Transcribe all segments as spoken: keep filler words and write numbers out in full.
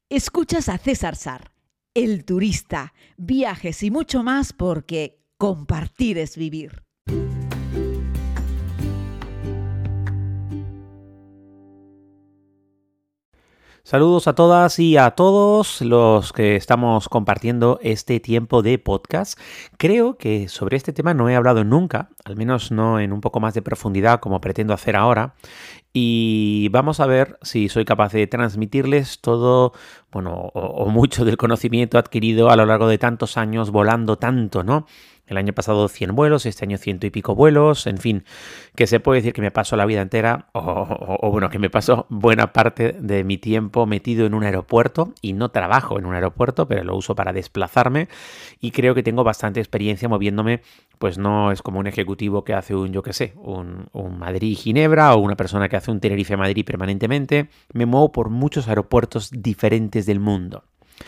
Escuchas a César Sar, el turista, viajes y mucho más porque compartir es vivir. Saludos a todas y a todos los que estamos compartiendo este tiempo de podcast. Creo que sobre este tema no he hablado nunca, al menos no en un poco más de profundidad como pretendo hacer ahora. Y vamos a ver si soy capaz de transmitirles todo, bueno, o, o mucho del conocimiento adquirido a lo largo de tantos años volando tanto, ¿no? El año pasado cien vuelos, este año ciento y pico vuelos, en fin, que se puede decir que me paso la vida entera, o, o, o bueno, que me paso buena parte de mi tiempo metido en un aeropuerto, y no trabajo en un aeropuerto, pero lo uso para desplazarme, y creo que tengo bastante experiencia moviéndome, pues no es como un ejecutivo que hace un, yo qué sé, un, un Madrid-Ginebra, o una persona que hace un Tenerife-Madrid permanentemente. Me muevo por muchos aeropuertos diferentes del mundo.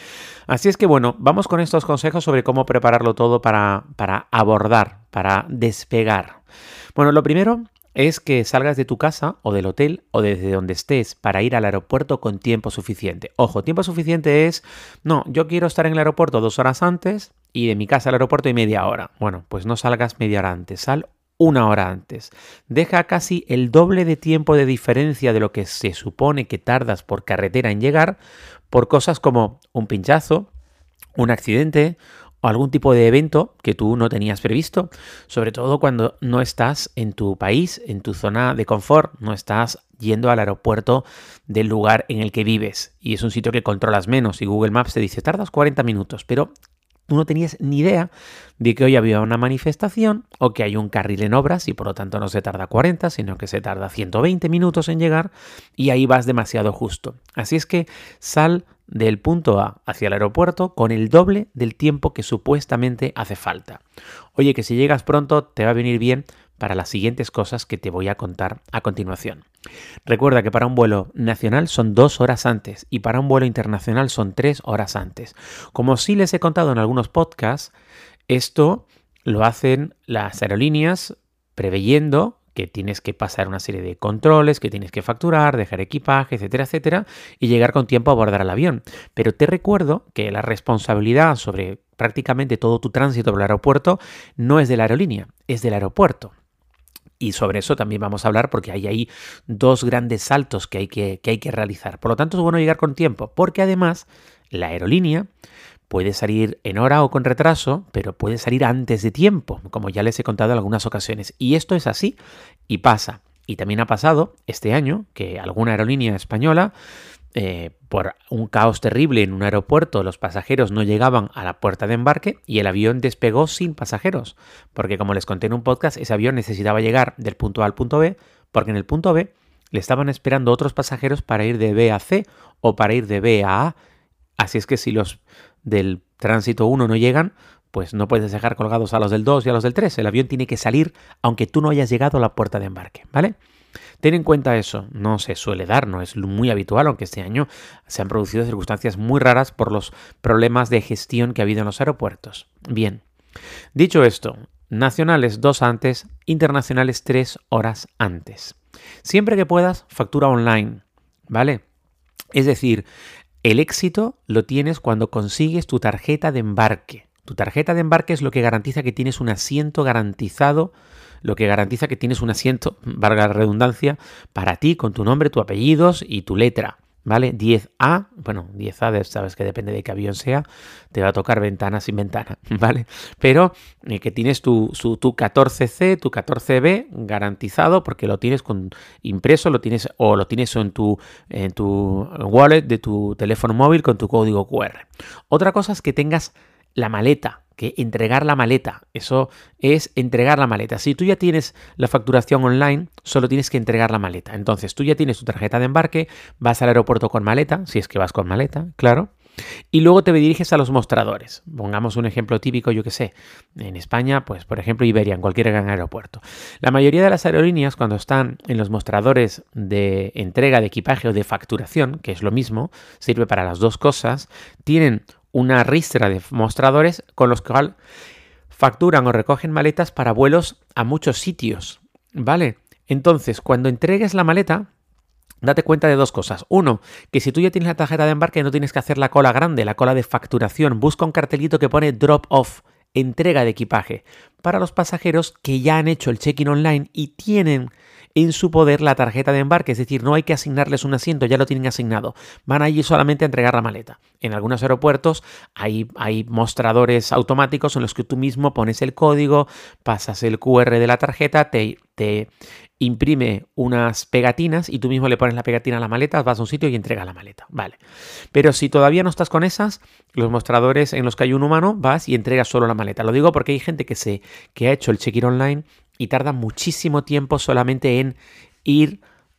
Así es que bueno, vamos con estos consejos sobre cómo prepararlo todo para, para abordar, para despegar. Bueno, lo primero es que salgas de tu casa o del hotel o desde donde estés para ir al aeropuerto con tiempo suficiente. Ojo, tiempo suficiente es, no, yo quiero estar en el aeropuerto dos horas antes y de mi casa al aeropuerto y media hora. Bueno, pues no salgas media hora antes, sal una hora antes. Deja casi el doble de tiempo de diferencia de lo que se supone que tardas por carretera en llegar por cosas como un pinchazo, un accidente o algún tipo de evento que tú no tenías previsto, sobre todo cuando no estás en tu país, en tu zona de confort, no estás yendo al aeropuerto del lugar en el que vives y es un sitio que controlas menos y Google Maps te dice tardas cuarenta minutos, pero tú no tenías ni idea de que hoy había una manifestación o que hay un carril en obras y por lo tanto no se tarda cuarenta, sino que se tarda ciento veinte minutos en llegar y ahí vas demasiado justo. Así es que sal del punto A hacia el aeropuerto con el doble del tiempo que supuestamente hace falta. Oye, que si llegas pronto te va a venir bien para las siguientes cosas que te voy a contar a continuación. Recuerda que para un vuelo nacional son dos horas antes y para un vuelo internacional son tres horas antes. Como sí les he contado en algunos podcasts, esto lo hacen las aerolíneas preveyendo que tienes que pasar una serie de controles, que tienes que facturar, dejar equipaje, etcétera, etcétera, y llegar con tiempo a abordar el avión. Pero te recuerdo que la responsabilidad sobre prácticamente todo tu tránsito por el aeropuerto no es de la aerolínea, es del aeropuerto. Y sobre eso también vamos a hablar porque hay ahí dos grandes saltos que hay que, que hay que realizar. Por lo tanto, es bueno llegar con tiempo, porque además la aerolínea puede salir en hora o con retraso, pero puede salir antes de tiempo, como ya les he contado en algunas ocasiones. Y esto es así y pasa. Y también ha pasado este año que alguna aerolínea española, eh, por un caos terrible en un aeropuerto, los pasajeros no llegaban a la puerta de embarque y el avión despegó sin pasajeros. Porque como les conté en un podcast, ese avión necesitaba llegar del punto A al punto B, porque en el punto B le estaban esperando otros pasajeros para ir de B a C o para ir de B a A. Así es que si los del tránsito uno no llegan, pues no puedes dejar colgados a los del dos y a los del tres. El avión tiene que salir aunque tú no hayas llegado a la puerta de embarque, ¿vale? Ten en cuenta eso, no se suele dar, no es muy habitual, aunque este año se han producido circunstancias muy raras por los problemas de gestión que ha habido en los aeropuertos. Bien, dicho esto, nacionales dos antes, internacionales tres horas antes. Siempre que puedas, factura online, ¿vale? Es decir, el éxito lo tienes cuando consigues tu tarjeta de embarque. Tu tarjeta de embarque es lo que garantiza que tienes un asiento garantizado, lo que garantiza que tienes un asiento, valga la redundancia, para ti, con tu nombre, tu apellidos y tu letra, ¿vale? diez A, bueno, diez A, sabes que depende de qué avión sea, te va a tocar ventana sin ventana, ¿vale? Pero eh, que tienes tu, su, tu catorce C, tu catorce B garantizado porque lo tienes con impreso, lo tienes o lo tienes en tu, en tu wallet de tu teléfono móvil con tu código cu erre. Otra cosa es que tengas la maleta, que entregar la maleta, eso es entregar la maleta. Si tú ya tienes la facturación online, solo tienes que entregar la maleta. Entonces tú ya tienes tu tarjeta de embarque, vas al aeropuerto con maleta, si es que vas con maleta, claro, y luego te diriges a los mostradores. Pongamos un ejemplo típico, yo que sé, en España, pues por ejemplo Iberia, en cualquier gran aeropuerto. La mayoría de las aerolíneas, cuando están en los mostradores de entrega de equipaje o de facturación, que es lo mismo, sirve para las dos cosas, tienen una ristra de mostradores con los cuales facturan o recogen maletas para vuelos a muchos sitios, ¿vale? Entonces, cuando entregues la maleta, Date cuenta de dos cosas. Uno, que si tú ya tienes la tarjeta de embarque no tienes que hacer la cola grande, la cola de facturación. Busca un cartelito que pone drop off, entrega de equipaje, para los pasajeros que ya han hecho el check-in online y tienen en su poder la tarjeta de embarque. Es decir, no hay que asignarles un asiento, ya lo tienen asignado. Van allí solamente a entregar la maleta. En algunos aeropuertos hay, hay mostradores automáticos en los que tú mismo pones el código, pasas el cu erre de la tarjeta, te... te imprime unas pegatinas y tú mismo le pones la pegatina a la maleta, vas a un sitio y entregas la maleta. Vale. Pero si todavía no estás con esas, los mostradores en los que hay un humano, vas y entregas solo la maleta. Lo digo porque hay gente que, se, que ha hecho el check-in online y tarda muchísimo tiempo solamente en ir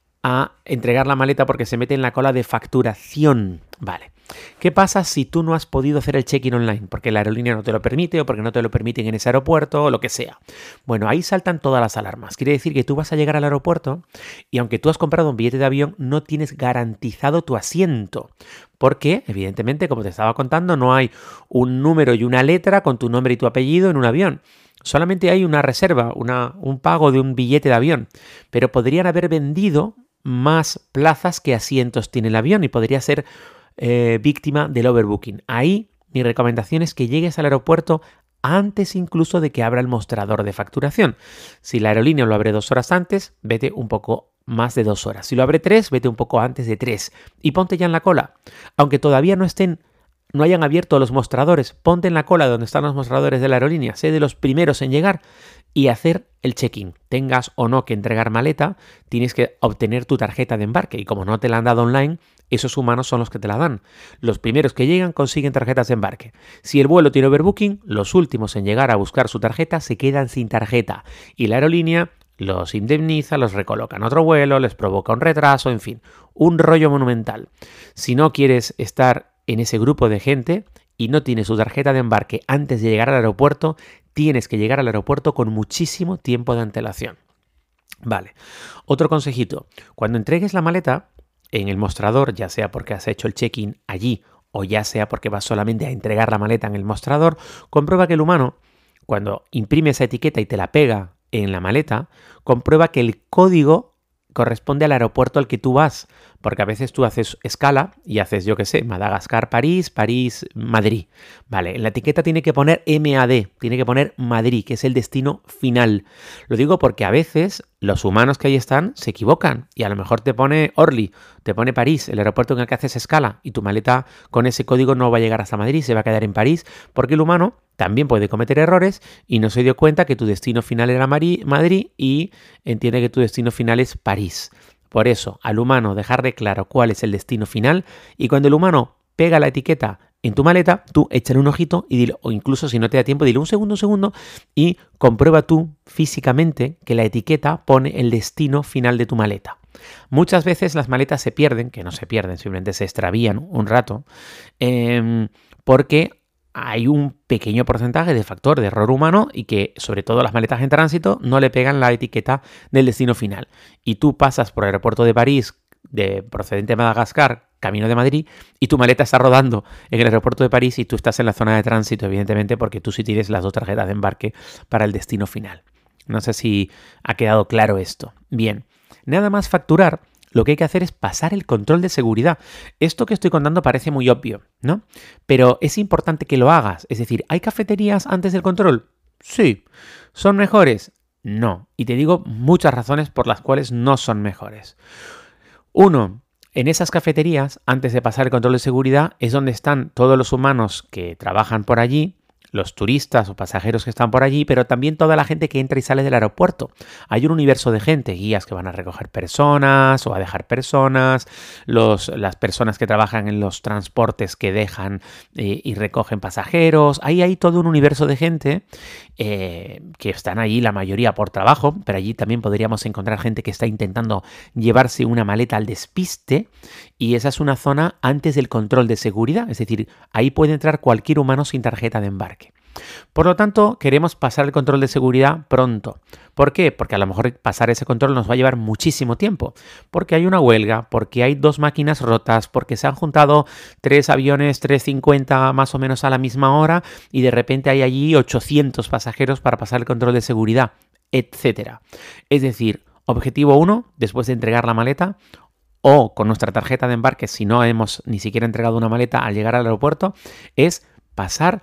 a entregar la maleta porque se mete en la cola de facturación. Vale. ¿Qué pasa si tú no has podido hacer el check-in online? Porque la aerolínea no te lo permite o porque no te lo permiten en ese aeropuerto o lo que sea. Bueno, ahí saltan todas las alarmas. Quiere decir que tú vas a llegar al aeropuerto y aunque tú has comprado un billete de avión, no tienes garantizado tu asiento. Porque, evidentemente, como te estaba contando, no hay un número y una letra con tu nombre y tu apellido en un avión. Solamente hay una reserva, una, un pago de un billete de avión. Pero podrían haber vendido más plazas que asientos tiene el avión y podría ser eh, víctima del overbooking. Ahí mi recomendación es que llegues al aeropuerto antes incluso de que abra el mostrador de facturación. Si la aerolínea lo abre dos horas antes, vete un poco más de dos horas. Si lo abre tres, vete un poco antes de tres y ponte ya en la cola. Aunque todavía no estén, no hayan abierto los mostradores, ponte en la cola donde están los mostradores de la aerolínea. Sé de los primeros en llegar y hacer el check-in. Tengas o no que entregar maleta, tienes que obtener tu tarjeta de embarque y como no te la han dado online, esos humanos son los que te la dan. Los primeros que llegan consiguen tarjetas de embarque. Si el vuelo tiene overbooking, los últimos en llegar a buscar su tarjeta se quedan sin tarjeta y la aerolínea los indemniza, los recoloca en otro vuelo, les provoca un retraso, en fin, un rollo monumental. Si no quieres estar en ese grupo de gente y no tienes tu tarjeta de embarque antes de llegar al aeropuerto, tienes que llegar al aeropuerto con muchísimo tiempo de antelación. Vale, otro consejito. Cuando entregues la maleta en el mostrador, ya sea porque has hecho el check-in allí o ya sea porque vas solamente a entregar la maleta en el mostrador, comprueba que el humano, cuando imprime esa etiqueta y te la pega en la maleta, comprueba que el código corresponde al aeropuerto al que tú vas, porque a veces tú haces escala y haces, yo qué sé, Madagascar, París, París, Madrid. Vale, en la etiqueta tiene que poner eme a de, tiene que poner Madrid, que es el destino final. Lo digo porque a veces los humanos que ahí están se equivocan y a lo mejor te pone Orly, te pone París, el aeropuerto en el que haces escala, y tu maleta con ese código no va a llegar hasta Madrid, se va a quedar en París, porque el humano también puede cometer errores y no se dio cuenta que tu destino final era Madrid y entiende que tu destino final es París. Por eso, al humano dejarle claro cuál es el destino final y cuando el humano pega la etiqueta en tu maleta, tú échale un ojito y dile, o incluso si no te da tiempo, dile un segundo, un segundo y comprueba tú físicamente que la etiqueta pone el destino final de tu maleta. Muchas veces las maletas se pierden, que no se pierden, simplemente se extravían un rato, eh, porque hay un pequeño porcentaje de factor de error humano y que, sobre todo las maletas en tránsito, no le pegan la etiqueta del destino final. Y tú pasas por el aeropuerto de París, de procedente de Madagascar, camino de Madrid, y tu maleta está rodando en el aeropuerto de París y tú estás en la zona de tránsito, evidentemente, porque tú sí tienes las dos tarjetas de embarque para el destino final. No sé si ha quedado claro esto. Bien, nada más facturar. Lo que hay que hacer es pasar el control de seguridad. Esto que estoy contando parece muy obvio, ¿no? Pero es importante que lo hagas. Es decir, ¿hay cafeterías antes del control? Sí. ¿Son mejores? No. Y te digo muchas razones por las cuales no son mejores. Uno, en esas cafeterías, antes de pasar el control de seguridad, es donde están todos los humanos que trabajan por allí, los turistas o pasajeros que están por allí, pero también toda la gente que entra y sale del aeropuerto. Hay un universo de gente, guías que van a recoger personas o a dejar personas, los, las personas que trabajan en los transportes que dejan eh, y recogen pasajeros. Ahí hay todo un universo de gente eh, que están allí, la mayoría por trabajo, pero allí también podríamos encontrar gente que está intentando llevarse una maleta al despiste y esa es una zona antes del control de seguridad, es decir, ahí puede entrar cualquier humano sin tarjeta de embarque. Por lo tanto, queremos pasar el control de seguridad pronto. ¿Por qué? Porque a lo mejor pasar ese control nos va a llevar muchísimo tiempo. Porque hay una huelga, porque hay dos máquinas rotas, porque se han juntado tres aviones trescientos cincuenta más o menos a la misma hora y de repente hay allí ochocientos pasajeros para pasar el control de seguridad, etcétera. Es decir, objetivo uno, después de entregar la maleta, o con nuestra tarjeta de embarque si no hemos ni siquiera entregado una maleta al llegar al aeropuerto, es pasar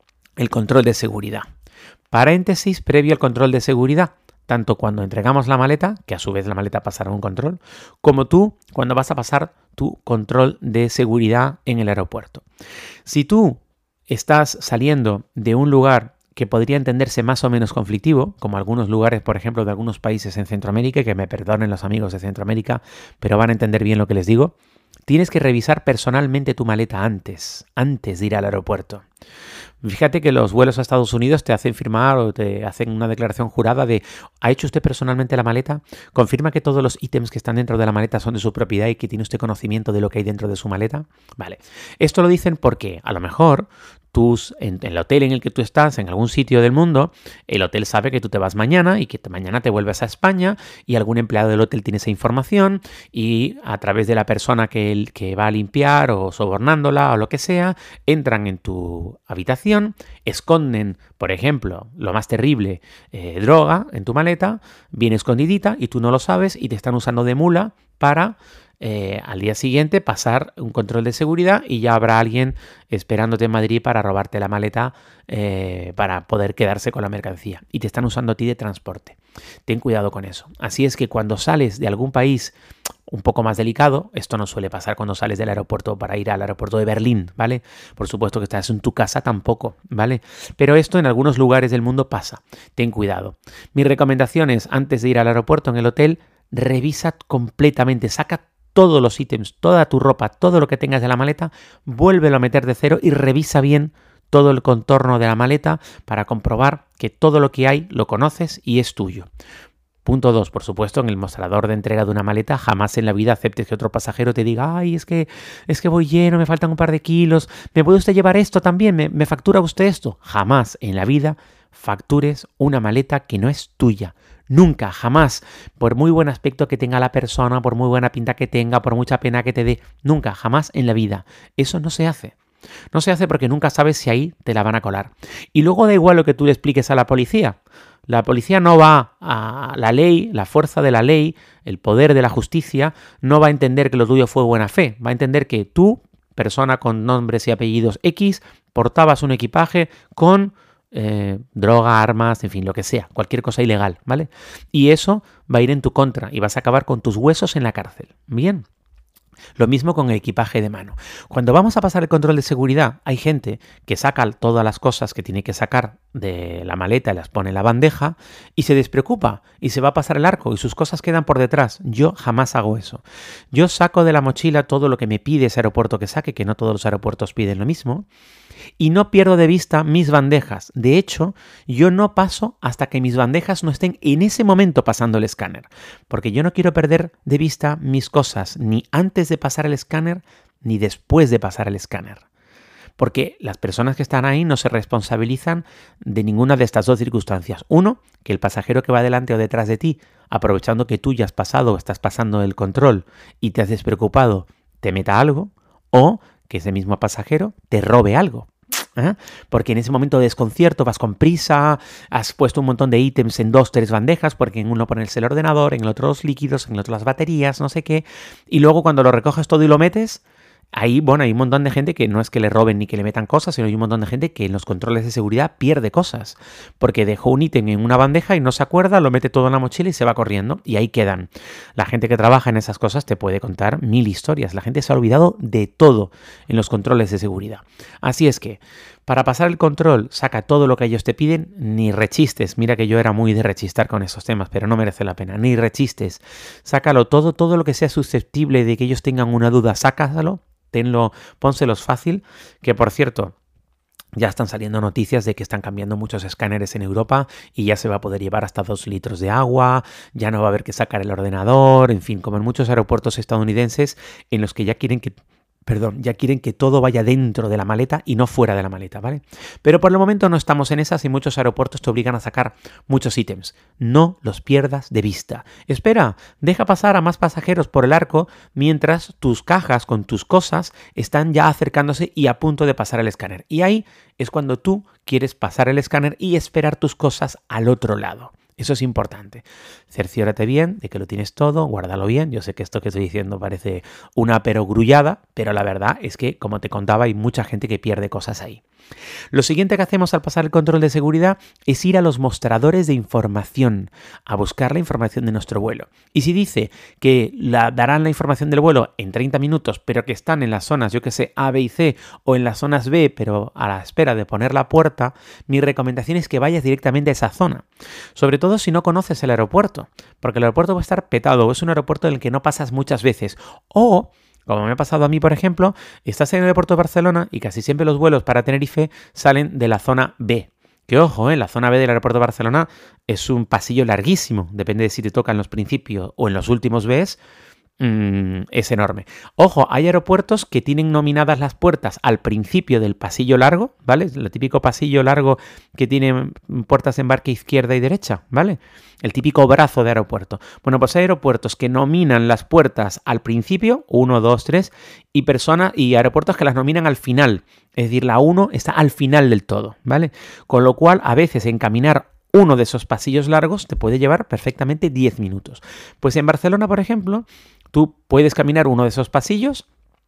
el control de seguridad. Paréntesis previo al control de seguridad, tanto cuando entregamos la maleta, que a su vez la maleta pasará un control, como tú cuando vas a pasar tu control de seguridad en el aeropuerto. Si tú estás saliendo de un lugar que podría entenderse más o menos conflictivo, como algunos lugares, por ejemplo, de algunos países en Centroamérica, que me perdonen los amigos de Centroamérica, pero van a entender bien lo que les digo, tienes que revisar personalmente tu maleta antes, antes de ir al aeropuerto. Fíjate que los vuelos a Estados Unidos te hacen firmar o te hacen una declaración jurada de ¿ha hecho usted personalmente la maleta? ¿Confirma que todos los ítems que están dentro de la maleta son de su propiedad y que tiene usted conocimiento de lo que hay dentro de su maleta? Vale. Esto lo dicen porque a lo mejor tus, en, en el hotel en el que tú estás, en algún sitio del mundo, el hotel sabe que tú te vas mañana y que te, mañana te vuelves a España y algún empleado del hotel tiene esa información y a través de la persona que, el, que va a limpiar o sobornándola o lo que sea, entran en tu habitación, esconden, por ejemplo, lo más terrible, eh, droga en tu maleta, bien escondidita y tú no lo sabes y te están usando de mula para eh, al día siguiente pasar un control de seguridad y ya habrá alguien esperándote en Madrid para robarte la maleta eh, para poder quedarse con la mercancía y te están usando a ti de transporte. Ten cuidado con eso. Así es que cuando sales de algún país un poco más delicado, esto no suele pasar cuando sales del aeropuerto para ir al aeropuerto de Berlín, ¿vale? Por supuesto que estás en tu casa tampoco, ¿vale? Pero esto en algunos lugares del mundo pasa. Ten cuidado. Mi recomendación es, antes de ir al aeropuerto en el hotel, revisa completamente, saca todos los ítems, toda tu ropa, todo lo que tengas de la maleta, vuélvelo a meter de cero y revisa bien todo el contorno de la maleta para comprobar que todo lo que hay lo conoces y es tuyo. Punto dos, por supuesto, en el mostrador de entrega de una maleta jamás en la vida aceptes que otro pasajero te diga ay, es que, es que voy lleno, me faltan un par de kilos, ¿me puede usted llevar esto también? ¿Me, me factura usted esto? Jamás en la vida factures una maleta que no es tuya. Nunca, jamás, por muy buen aspecto que tenga la persona, por muy buena pinta que tenga, por mucha pena que te dé, nunca, jamás en la vida. Eso no se hace. No se hace porque nunca sabes si ahí te la van a colar. Y luego da igual lo que tú le expliques a la policía. La policía no va a la ley, la fuerza de la ley, el poder de la justicia, no va a entender que lo tuyo fue buena fe. Va a entender que tú, persona con nombres y apellidos X, portabas un equipaje con Eh, droga, armas, en fin, lo que sea, cualquier cosa ilegal, ¿vale? Y eso va a ir en tu contra y vas a acabar con tus huesos en la cárcel. Bien. Lo mismo con el equipaje de mano. Cuando vamos a pasar el control de seguridad, hay gente que saca todas las cosas que tiene que sacar de la maleta y las pone en la bandeja y se despreocupa y se va a pasar el arco y sus cosas quedan por detrás. Yo jamás hago eso. Yo saco de la mochila todo lo que me pide ese aeropuerto que saque, que no todos los aeropuertos piden lo mismo, y no pierdo de vista mis bandejas. De hecho, yo no paso hasta que mis bandejas no estén en ese momento pasando el escáner, porque yo no quiero perder de vista mis cosas ni antes de pasar el escáner ni después de pasar el escáner. Porque las personas que están ahí no se responsabilizan de ninguna de estas dos circunstancias. Uno, que el pasajero que va delante o detrás de ti, aprovechando que tú ya has pasado o estás pasando el control y te has despreocupado, te meta algo, o que ese mismo pasajero te robe algo. ¿Eh? Porque en ese momento de desconcierto vas con prisa, has puesto un montón de ítems en dos, tres bandejas, porque en uno pones el ordenador, en el otro los líquidos, en el otro las baterías, no sé qué, y luego cuando lo recoges todo y lo metes, ahí, bueno, hay un montón de gente que no es que le roben ni que le metan cosas, sino hay un montón de gente que en los controles de seguridad pierde cosas, porque dejó un ítem en una bandeja y no se acuerda, lo mete todo en la mochila y se va corriendo, y ahí quedan. La gente que trabaja en esas cosas te puede contar mil historias. La gente se ha olvidado de todo en los controles de seguridad. Así es que, para pasar el control, saca todo lo que ellos te piden, ni rechistes. Mira que yo era muy de rechistar con esos temas, pero no merece la pena. Ni rechistes. Sácalo todo, todo lo que sea susceptible de que ellos tengan una duda, sácalo. Tenlo, pónselos fácil, que por cierto, ya están saliendo noticias de que están cambiando muchos escáneres en Europa y ya se va a poder llevar hasta dos litros de agua, ya no va a haber que sacar el ordenador, en fin, como en muchos aeropuertos estadounidenses en los que ya quieren que Perdón, ya quieren que todo vaya dentro de la maleta y no fuera de la maleta, ¿vale? Pero por el momento no estamos en esas y muchos aeropuertos te obligan a sacar muchos ítems. No los pierdas de vista. Espera, deja pasar a más pasajeros por el arco mientras tus cajas con tus cosas están ya acercándose y a punto de pasar el escáner. Y ahí es cuando tú quieres pasar el escáner y esperar tus cosas al otro lado. Eso es importante. Cerciórate bien de que lo tienes todo, guárdalo bien. Yo sé que esto que estoy diciendo parece una perogrullada, pero la verdad es que, como te contaba, hay mucha gente que pierde cosas ahí. Lo siguiente que hacemos al pasar el control de seguridad es ir a los mostradores de información, a buscar la información de nuestro vuelo. Y si dice que la, darán la información del vuelo en treinta minutos, pero que están en las zonas, yo que sé, A, B y C, o en las zonas B, pero a la espera de poner la puerta, mi recomendación es que vayas directamente a esa zona. Sobre todo si no conoces el aeropuerto, porque el aeropuerto va a estar petado, o es un aeropuerto en el que no pasas muchas veces, o... como me ha pasado a mí, por ejemplo, estás en el aeropuerto de Barcelona y casi siempre los vuelos para Tenerife salen de la zona B. Que ojo, ¿eh? La zona B del aeropuerto de Barcelona es un pasillo larguísimo. Depende de si te toca en los principios o en los últimos Bs. Mm, es enorme. Ojo, hay aeropuertos que tienen nominadas las puertas al principio del pasillo largo, ¿vale? El típico pasillo largo que tiene puertas de embarque izquierda y derecha, ¿vale? El típico brazo de aeropuerto. Bueno, pues hay aeropuertos que nominan las puertas al principio, uno, dos, tres, y personas y aeropuertos que las nominan al final. Es decir, la uno está al final del todo, ¿vale? Con lo cual, a veces encaminar uno de esos pasillos largos te puede llevar perfectamente diez minutos. Pues en Barcelona, por ejemplo, tú puedes caminar uno de esos pasillos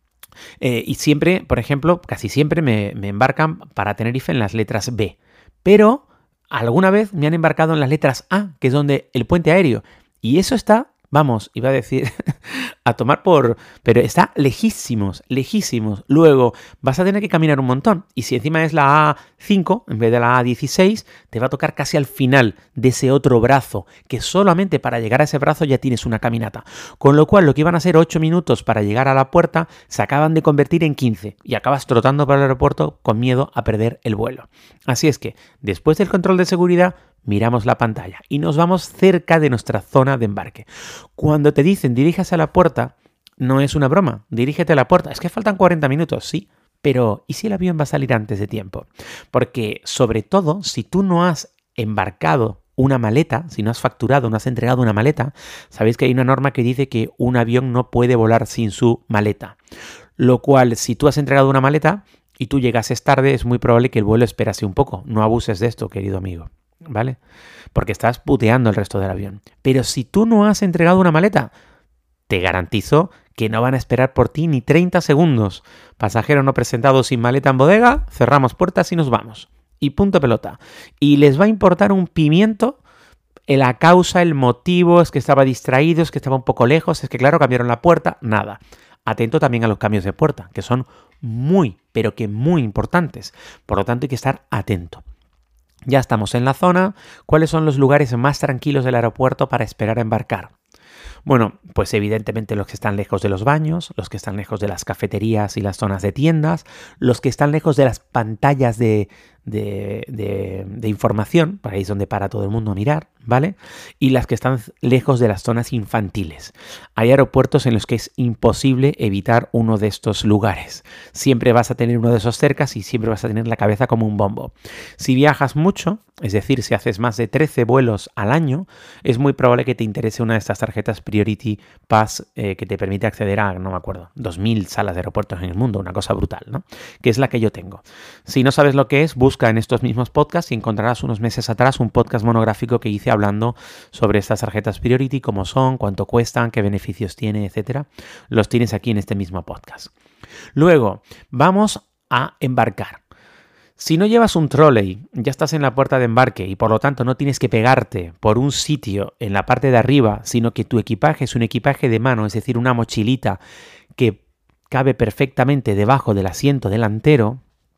eh, y siempre, por ejemplo, casi siempre me, me embarcan para Tenerife en las letras B. Pero alguna vez me han embarcado en las letras A, que es donde el puente aéreo. Y eso está, vamos, iba a decir, a tomar por... pero está lejísimos, lejísimos. Luego vas a tener que caminar un montón. Y si encima es la A cinco, en vez de la A dieciséis, te va a tocar casi al final de ese otro brazo, que solamente para llegar a ese brazo ya tienes una caminata. Con lo cual, lo que iban a ser ocho minutos para llegar a la puerta, se acaban de convertir en quince. Y acabas trotando por el aeropuerto con miedo a perder el vuelo. Así es que, después del control de seguridad, miramos la pantalla y nos vamos cerca de nuestra zona de embarque. Cuando te dicen diríjase a la puerta, no es una broma, dirígete a la puerta. Es que faltan cuarenta minutos, sí, pero ¿y si el avión va a salir antes de tiempo? Porque, sobre todo, si tú no has embarcado una maleta, si no has facturado, no has entregado una maleta, sabéis que hay una norma que dice que un avión no puede volar sin su maleta. Lo cual, si tú has entregado una maleta y tú llegases tarde, es muy probable que el vuelo esperase un poco. No abuses de esto, querido amigo. ¿Vale? Porque estás puteando el resto del avión. Pero si tú no has entregado una maleta, te garantizo que no van a esperar por ti ni treinta segundos. Pasajero no presentado sin maleta en bodega, cerramos puertas y nos vamos. Y punto pelota. Y les va a importar un pimiento la causa, el motivo, es que estaba distraído, es que estaba un poco lejos, es que claro, cambiaron la puerta, nada. Atento también a los cambios de puerta, que son muy, pero que muy importantes. Por lo tanto, hay que estar atento. Ya estamos en la zona. ¿Cuáles son los lugares más tranquilos del aeropuerto para esperar a embarcar? Bueno, pues evidentemente los que están lejos de los baños, los que están lejos de las cafeterías y las zonas de tiendas, los que están lejos de las pantallas de, de, de, de información, para ahí es donde para todo el mundo a mirar, ¿vale? Y las que están lejos de las zonas infantiles. Hay aeropuertos en los que es imposible evitar uno de estos lugares. Siempre vas a tener uno de esos cercas y siempre vas a tener la cabeza como un bombo. Si viajas mucho, es decir, si haces más de trece vuelos al año, es muy probable que te interese una de estas tarjetas Priority Pass eh, que te permite acceder a, no me acuerdo, dos mil salas de aeropuertos en el mundo, una cosa brutal, ¿no? Que es la que yo tengo. Si no sabes lo que es, busca en estos mismos podcasts y encontrarás unos meses atrás un podcast monográfico que hice hablando sobre estas tarjetas Priority, cómo son, cuánto cuestan, qué beneficios tiene, etcétera. Los tienes aquí en este mismo podcast. Luego, vamos a embarcar. Si no llevas un trolley, ya estás en la puerta de embarque y por lo tanto no tienes que pegarte por un sitio en la parte de arriba, sino que tu equipaje es un equipaje de mano, es decir, una mochilita que cabe perfectamente debajo del asiento delantero,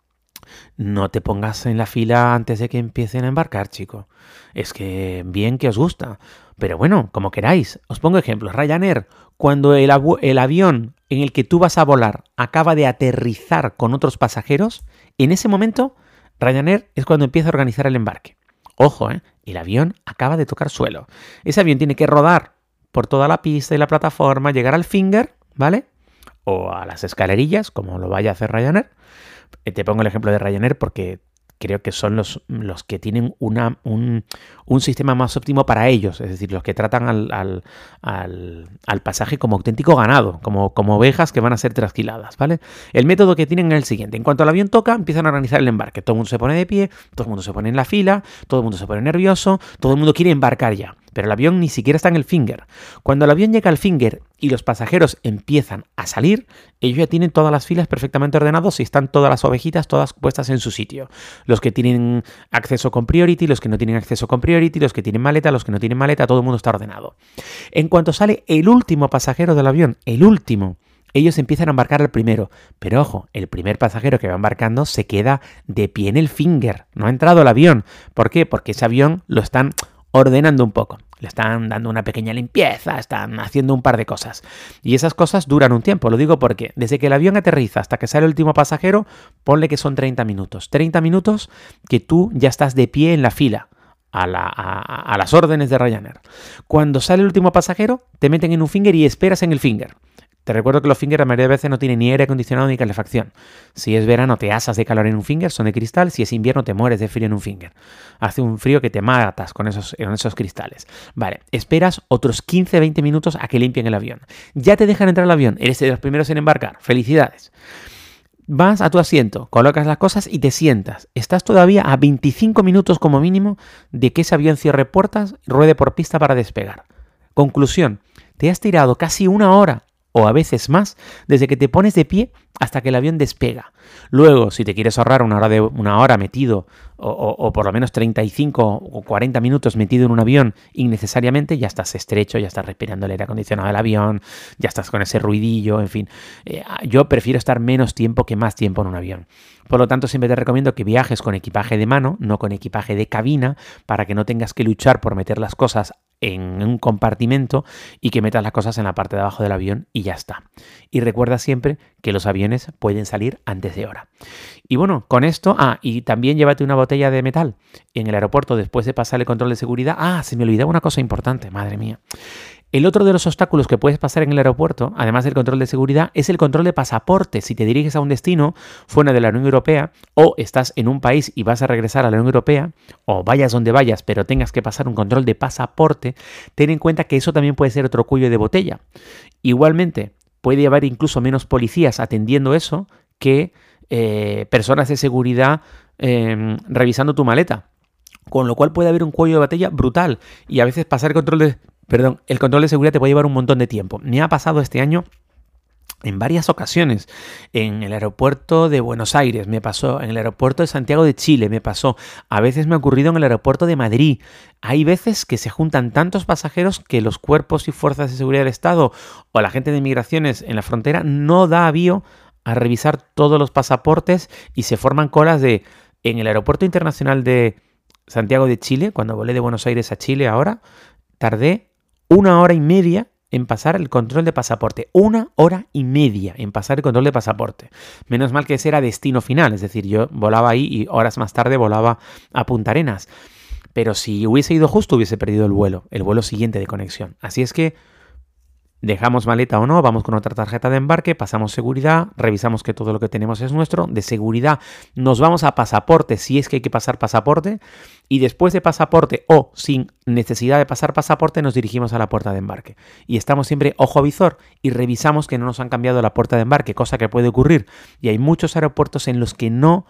no te pongas en la fila antes de que empiecen a embarcar, chico. Es que bien que os gusta. Pero bueno, como queráis. Os pongo ejemplos. Ryanair, cuando el, avu- el avión en el que tú vas a volar acaba de aterrizar con otros pasajeros, en ese momento, Ryanair es cuando empieza a organizar el embarque. Ojo, ¿eh? El avión acaba de tocar suelo. Ese avión tiene que rodar por toda la pista y la plataforma, llegar al finger, ¿vale? O a las escalerillas, como lo vaya a hacer Ryanair. Te pongo el ejemplo de Ryanair porque creo que son los, los que tienen una, un, un sistema más óptimo para ellos, es decir, los que tratan al, al, al, al pasaje como auténtico ganado, como, como ovejas que van a ser trasquiladas, ¿vale? El método que tienen es el siguiente: en cuanto el avión toca, empiezan a organizar el embarque, todo el mundo se pone de pie, todo el mundo se pone en la fila, todo el mundo se pone nervioso, todo el mundo quiere embarcar ya, pero el avión ni siquiera está en el finger. Cuando el avión llega al finger y los pasajeros empiezan a salir, ellos ya tienen todas las filas perfectamente ordenadas y están todas las ovejitas todas puestas en su sitio. Los que tienen acceso con priority, los que no tienen acceso con priority, los que tienen maleta, los que no tienen maleta, todo el mundo está ordenado. En cuanto sale el último pasajero del avión, el último, ellos empiezan a embarcar al primero. Pero ojo, el primer pasajero que va embarcando se queda de pie en el finger. No ha entrado al avión. ¿Por qué? Porque ese avión lo están ordenando un poco. Le están dando una pequeña limpieza, están haciendo un par de cosas. Y esas cosas duran un tiempo. Lo digo porque desde que el avión aterriza hasta que sale el último pasajero, ponle que son treinta minutos. treinta minutos que tú ya estás de pie en la fila. A, la, a, a las órdenes de Ryanair. Cuando sale el último pasajero, te meten en un finger y esperas en el finger. Te recuerdo que los fingers la mayoría de veces no tienen ni aire acondicionado ni calefacción. Si es verano te asas de calor en un finger, son de cristal. Si es invierno te mueres de frío en un finger. Hace un frío que te matas con esos, con esos cristales. Vale, esperas otros quince a veinte minutos a que limpien el avión. Ya te dejan entrar al avión, eres de los primeros en embarcar. ¡Felicidades! Vas a tu asiento, colocas las cosas y te sientas. Estás todavía a veinticinco minutos como mínimo de que ese avión cierre puertas y ruede por pista para despegar. Conclusión, te has tirado casi una hora o a veces más desde que te pones de pie hasta que el avión despega. Luego, si te quieres ahorrar una hora, de, una hora metido o, o, o por lo menos treinta y cinco o cuarenta minutos metido en un avión innecesariamente, ya estás estrecho, ya estás respirando el aire acondicionado del avión, ya estás con ese ruidillo, en fin. Eh, yo prefiero estar menos tiempo que más tiempo en un avión. Por lo tanto, siempre te recomiendo que viajes con equipaje de mano, no con equipaje de cabina, para que no tengas que luchar por meter las cosas en un compartimento y que metas las cosas en la parte de abajo del avión y ya está. Y recuerda siempre que los aviones pueden salir antes de hora. Y bueno, con esto, ah, y también llévate una botella de metal en el aeropuerto después de pasar el control de seguridad. Ah, se me olvidaba una cosa importante, madre mía. El otro de los obstáculos que puedes pasar en el aeropuerto, además del control de seguridad, es el control de pasaporte. Si te diriges a un destino fuera de la Unión Europea o estás en un país y vas a regresar a la Unión Europea, o vayas donde vayas pero tengas que pasar un control de pasaporte, ten en cuenta que eso también puede ser otro cuello de botella. Igualmente, puede haber incluso menos policías atendiendo eso que eh, personas de seguridad eh, revisando tu maleta. Con lo cual puede haber un cuello de botella brutal y a veces pasar el control de... Perdón, el control de seguridad te puede llevar un montón de tiempo. Me ha pasado este año en varias ocasiones. En el aeropuerto de Buenos Aires me pasó, en el aeropuerto de Santiago de Chile me pasó, a veces me ha ocurrido en el aeropuerto de Madrid. Hay veces que se juntan tantos pasajeros que los cuerpos y fuerzas de seguridad del Estado o la gente de migraciones en la frontera no da avío a revisar todos los pasaportes y se forman colas de... En el aeropuerto internacional de Santiago de Chile, cuando volé de Buenos Aires a Chile ahora, tardé una hora y media en pasar el control de pasaporte. Una hora y media en pasar el control de pasaporte. Menos mal que ese era destino final. Es decir, yo volaba ahí y horas más tarde volaba a Punta Arenas. Pero si hubiese ido justo, hubiese perdido el vuelo. El vuelo siguiente de conexión. Así es que dejamos maleta o no, vamos con otra tarjeta de embarque, pasamos seguridad, revisamos que todo lo que tenemos es nuestro. De seguridad nos vamos a pasaporte si es que hay que pasar pasaporte. Y después de pasaporte o sin necesidad de pasar pasaporte nos dirigimos a la puerta de embarque. Y estamos siempre ojo a visor y revisamos que no nos han cambiado la puerta de embarque, cosa que puede ocurrir. Y hay muchos aeropuertos en los que no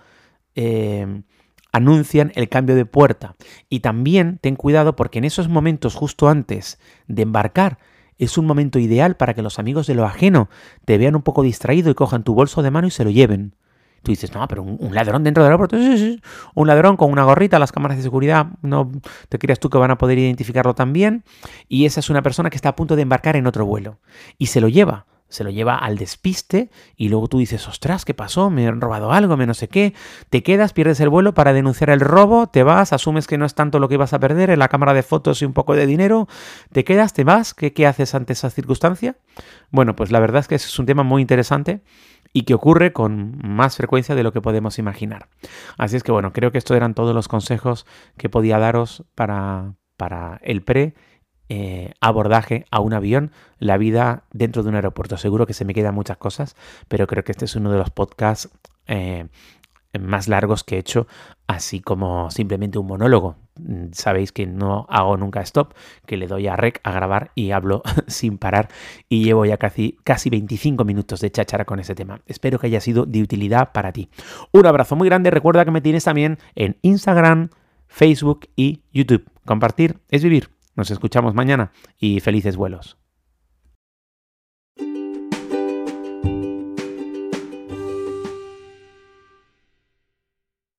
eh, anuncian el cambio de puerta. Y también ten cuidado porque en esos momentos justo antes de embarcar es un momento ideal para que los amigos de lo ajeno te vean un poco distraído y cojan tu bolso de mano y se lo lleven. Tú dices, no, pero un, un ladrón dentro del aeropuerto, sí, sí, un ladrón con una gorrita, las cámaras de seguridad, no te creas tú que van a poder identificarlo también. Y esa es una persona que está a punto de embarcar en otro vuelo y se lo lleva. Se lo lleva al despiste y luego tú dices, ostras, ¿qué pasó? Me han robado algo, me no sé qué. Te quedas, pierdes el vuelo para denunciar el robo, te vas, asumes que no es tanto lo que ibas a perder en la cámara de fotos y un poco de dinero, te quedas, te vas. ¿Qué, qué haces ante esa circunstancia? Bueno, pues la verdad es que ese es un tema muy interesante y que ocurre con más frecuencia de lo que podemos imaginar. Así es que bueno, creo que estos eran todos los consejos que podía daros para, para el pre Eh, abordaje a un avión, la vida dentro de un aeropuerto. Seguro que se me quedan muchas cosas, pero creo que este es uno de los podcasts eh, más largos que he hecho, así como simplemente un monólogo. Sabéis que no hago nunca stop, que le doy a rec a grabar y hablo sin parar y llevo ya casi, casi veinticinco minutos de cháchara con ese tema. Espero que haya sido de utilidad para ti. Un abrazo muy grande. Recuerda que me tienes también en Instagram, Facebook y YouTube. Compartir es vivir. Nos escuchamos mañana y felices vuelos.